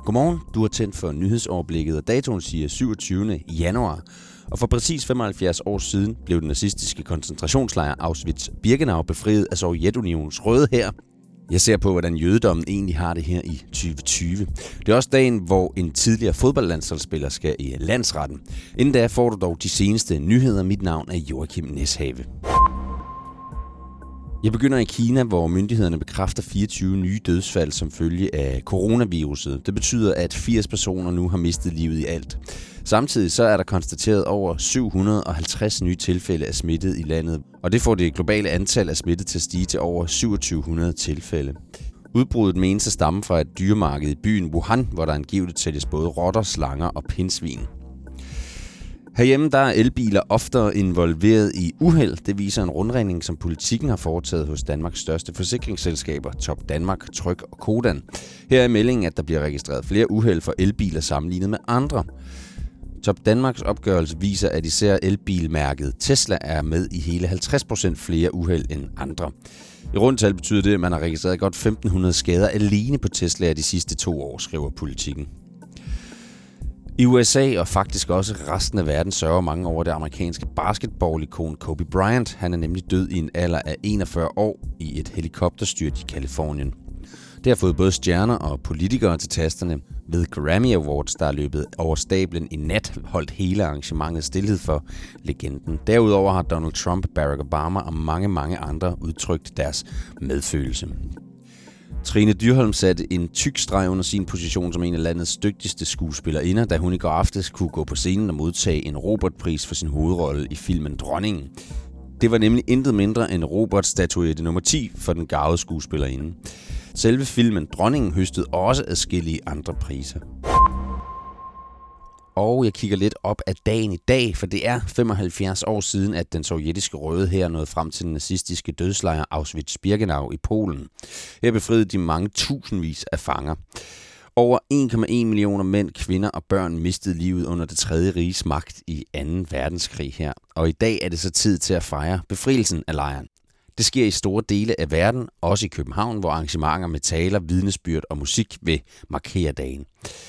Godmorgen, du har tændt for nyhedsoverblikket, og datoen siger 27. januar. Og for præcis 75 år siden blev den nazistiske koncentrationslejr Auschwitz-Birkenau befriet af Sovjetunionens røde hær. Jeg ser på, hvordan jødedommen egentlig har det her i 2020. Det er også dagen, hvor en tidligere fodboldlandsholdsspiller skal i landsretten. Inden da får du dog de seneste nyheder. Mit navn er Joachim Neshave. Jeg begynder i Kina, hvor myndighederne bekræfter 24 nye dødsfald som følge af coronaviruset. Det betyder, at 80 personer nu har mistet livet i alt. Samtidig så er der konstateret over 750 nye tilfælde af smittet i landet, og det får det globale antal af smittet til at stige til over 2700 tilfælde. Udbruddet menes at stamme fra et dyremarked i byen Wuhan, hvor der angiveligt sælges både rotter, slanger og pindsvin. Herhjemme der er elbiler oftere involveret i uheld. Det viser en rundregning, som Politikken har foretaget hos Danmarks største forsikringsselskaber, Top Danmark, Tryg og Codan. Her er meldingen, at der bliver registreret flere uheld for elbiler sammenlignet med andre. Top Danmarks opgørelse viser, at især elbilmærket Tesla er med i hele 50% flere uheld end andre. I rundtal betyder det, at man har registreret godt 1500 skader alene på Tesla de sidste 2 år, skriver Politikken. I USA og faktisk også resten af verden sørger mange over det amerikanske basketballikon Kobe Bryant. Han er nemlig død i en alder af 41 år i et helikopterstyrt i Californien. Det har fået både stjerner og politikere til tasterne. Ved Grammy Awards, der er løbet over stablen i nat, holdt hele arrangementet stilhed for legenden. Derudover har Donald Trump, Barack Obama og mange andre udtrykt deres medfølelse. Trine Dyrholm satte en tyk streg under sin position som en af landets dygtigste skuespillerinder, da hun i går aftes kunne gå på scenen og modtage en Robert-pris for sin hovedrolle i filmen Dronningen. Det var nemlig intet mindre end Robert-statuette nummer 10 for den garvede skuespillerinde. Selve filmen Dronningen høstede også adskillige andre priser. Og jeg kigger lidt op af dagen i dag, for det er 75 år siden, at den sovjetiske røde hær nåede frem til den nazistiske dødslejr Auschwitz-Birkenau i Polen. Her befriede de mange tusindvis af fanger. Over 1,1 millioner mænd, kvinder og børn mistede livet under det 3. riges magt i 2. verdenskrig her. Og i dag er det så tid til at fejre befrielsen af lejren. Det sker i store dele af verden, også i København, hvor arrangementer med taler, vidnesbyrd og musik vil markere dagen.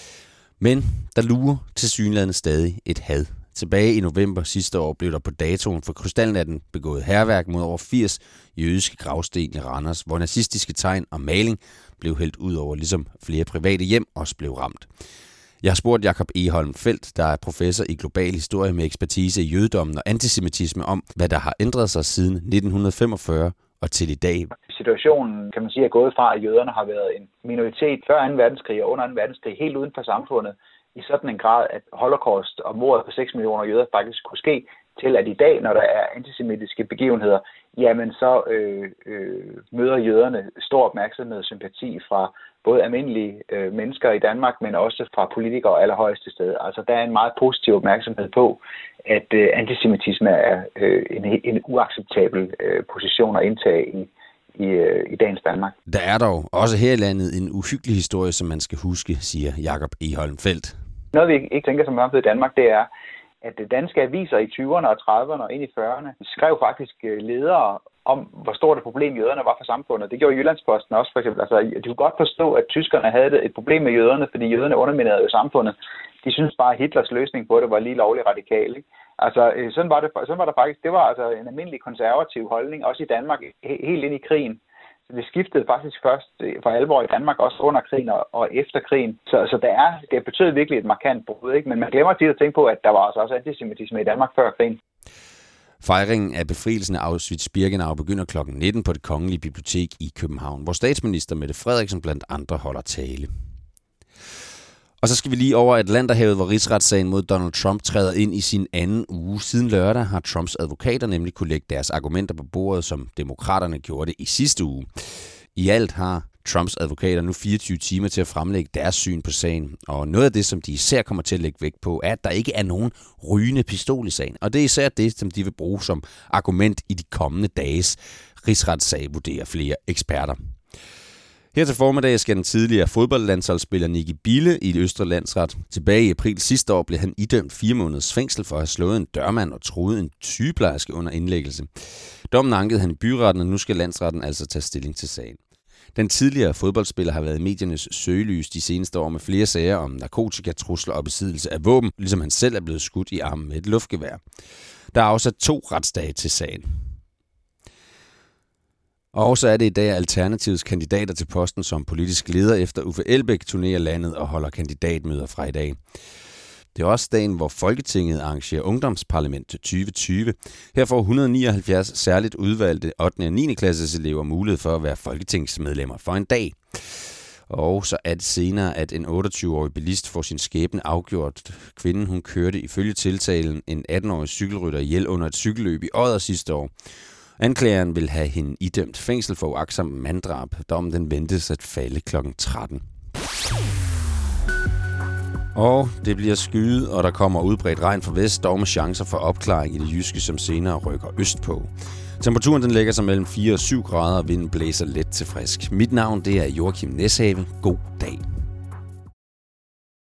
Men der lurer tilsyneladende stadig et had. Tilbage i november sidste år blev der på datoen for krystalnatten begået hærværk mod over 80 jødiske gravsten i Randers, hvor nazistiske tegn og maling blev hældt ud over, ligesom flere private hjem også blev ramt. Jeg har spurgt Jakob Egholm Feldt, der er professor i global historie med ekspertise i jødedommen og antisemitisme, om hvad der har ændret sig siden 1945 og til i dag. Situationen, kan man sige, er gået fra, at jøderne har været en minoritet før 2. verdenskrig og under 2. verdenskrig helt uden for samfundet, i sådan en grad, at holocaust og mordet på 6 millioner jøder faktisk kunne ske, til at i dag, når der er antisemitiske begivenheder, jamen så møder jøderne stor opmærksomhed og sympati fra både almindelige mennesker i Danmark, men også fra politikere allerhøjeste sted. Altså der er en meget positiv opmærksomhed på, at antisemitisme er en uacceptabel position at indtage i dagens Danmark. Der er dog også her i landet en uhyggelig historie, som man skal huske, siger Jakob Egholm Feldt. Noget vi ikke tænker så meget på i Danmark, det er, at danske aviser i 20'erne og 30'erne og ind i 40'erne skrev faktisk ledere om, hvor stort et problem jøderne var for samfundet. Det gjorde Jyllandsposten også, for eksempel. Altså, de kunne godt forstå, at tyskerne havde et problem med jøderne, fordi jøderne underminerede jo samfundet. De synes bare, at Hitlers løsning på det var lige lovlig radikal. Ikke? Altså, sådan var der faktisk. Det var altså en almindelig konservativ holdning, også i Danmark, helt ind i krigen. Så det skiftede faktisk først for alvor i Danmark, også under krigen og efter krigen. Så det betød virkelig et markant brud, ikke? Men man glemmer tit at tænke på, at der var altså også antisemitisme i Danmark før krigen. Fejringen af befrielsen af Auschwitz-Birkenau begynder kl. 19 på Det Kongelige Bibliotek i København, hvor statsminister Mette Frederiksen blandt andre holder tale. Og så skal vi lige over Atlanterhavet, hvor rigsretssagen mod Donald Trump træder ind i sin anden uge. Siden lørdag har Trumps advokater nemlig kunne lægge deres argumenter på bordet, som demokraterne gjorde det i sidste uge. I alt har Trumps advokater nu 24 timer til at fremlægge deres syn på sagen. Og noget af det, som de især kommer til at lægge vægt på, er, at der ikke er nogen rygende pistol i sagen. Og det er især det, som de vil bruge som argument i de kommende dages rigsretssag, vurderer flere eksperter. Her til formiddag skal den tidligere fodboldlandsholdsspiller Nicky Bille i Østre Landsret. Tilbage i april sidste år blev han idømt 4 måneders fængsel for at have slået en dørmand og truet en sygeplejerske under indlæggelse. Dommen ankede han i byretten, og nu skal landsretten altså tage stilling til sagen. Den tidligere fodboldspiller har været i mediernes søgelys de seneste år med flere sager om narkotikatrusler og besiddelse af våben, ligesom han selv er blevet skudt i armen med et luftgevær. Der er afsat 2 retsdage til sagen. Og så er det i dag Alternativets kandidater til posten som politisk leder efter Uffe Elbæk turnerer landet og holder kandidatmøder fra i dag. Det er også dagen, hvor Folketinget arrangerer ungdomsparlament til 2020. Her får 179 særligt udvalgte 8. og 9. klasses elever mulighed for at være folketingsmedlemmer for en dag. Og så er det senere, at en 28-årig bilist får sin skæbne afgjort. Kvinden hun kørte ifølge tiltalen en 18-årig cykelrytter ihjel under et cykelløb i Odder sidste år. Anklageren vil have hende idømt fængsel for uagtsom manddrab. Dommen den ventes at falde kl. 13. Og det bliver skyet, og der kommer udbredt regn fra vest, dog med chancer for opklaring i det jyske, som senere rykker østpå. Temperaturen den lægger sig mellem 4 og 7 grader, og vinden blæser let til frisk. Mit navn det er Joachim Næshave. God dag.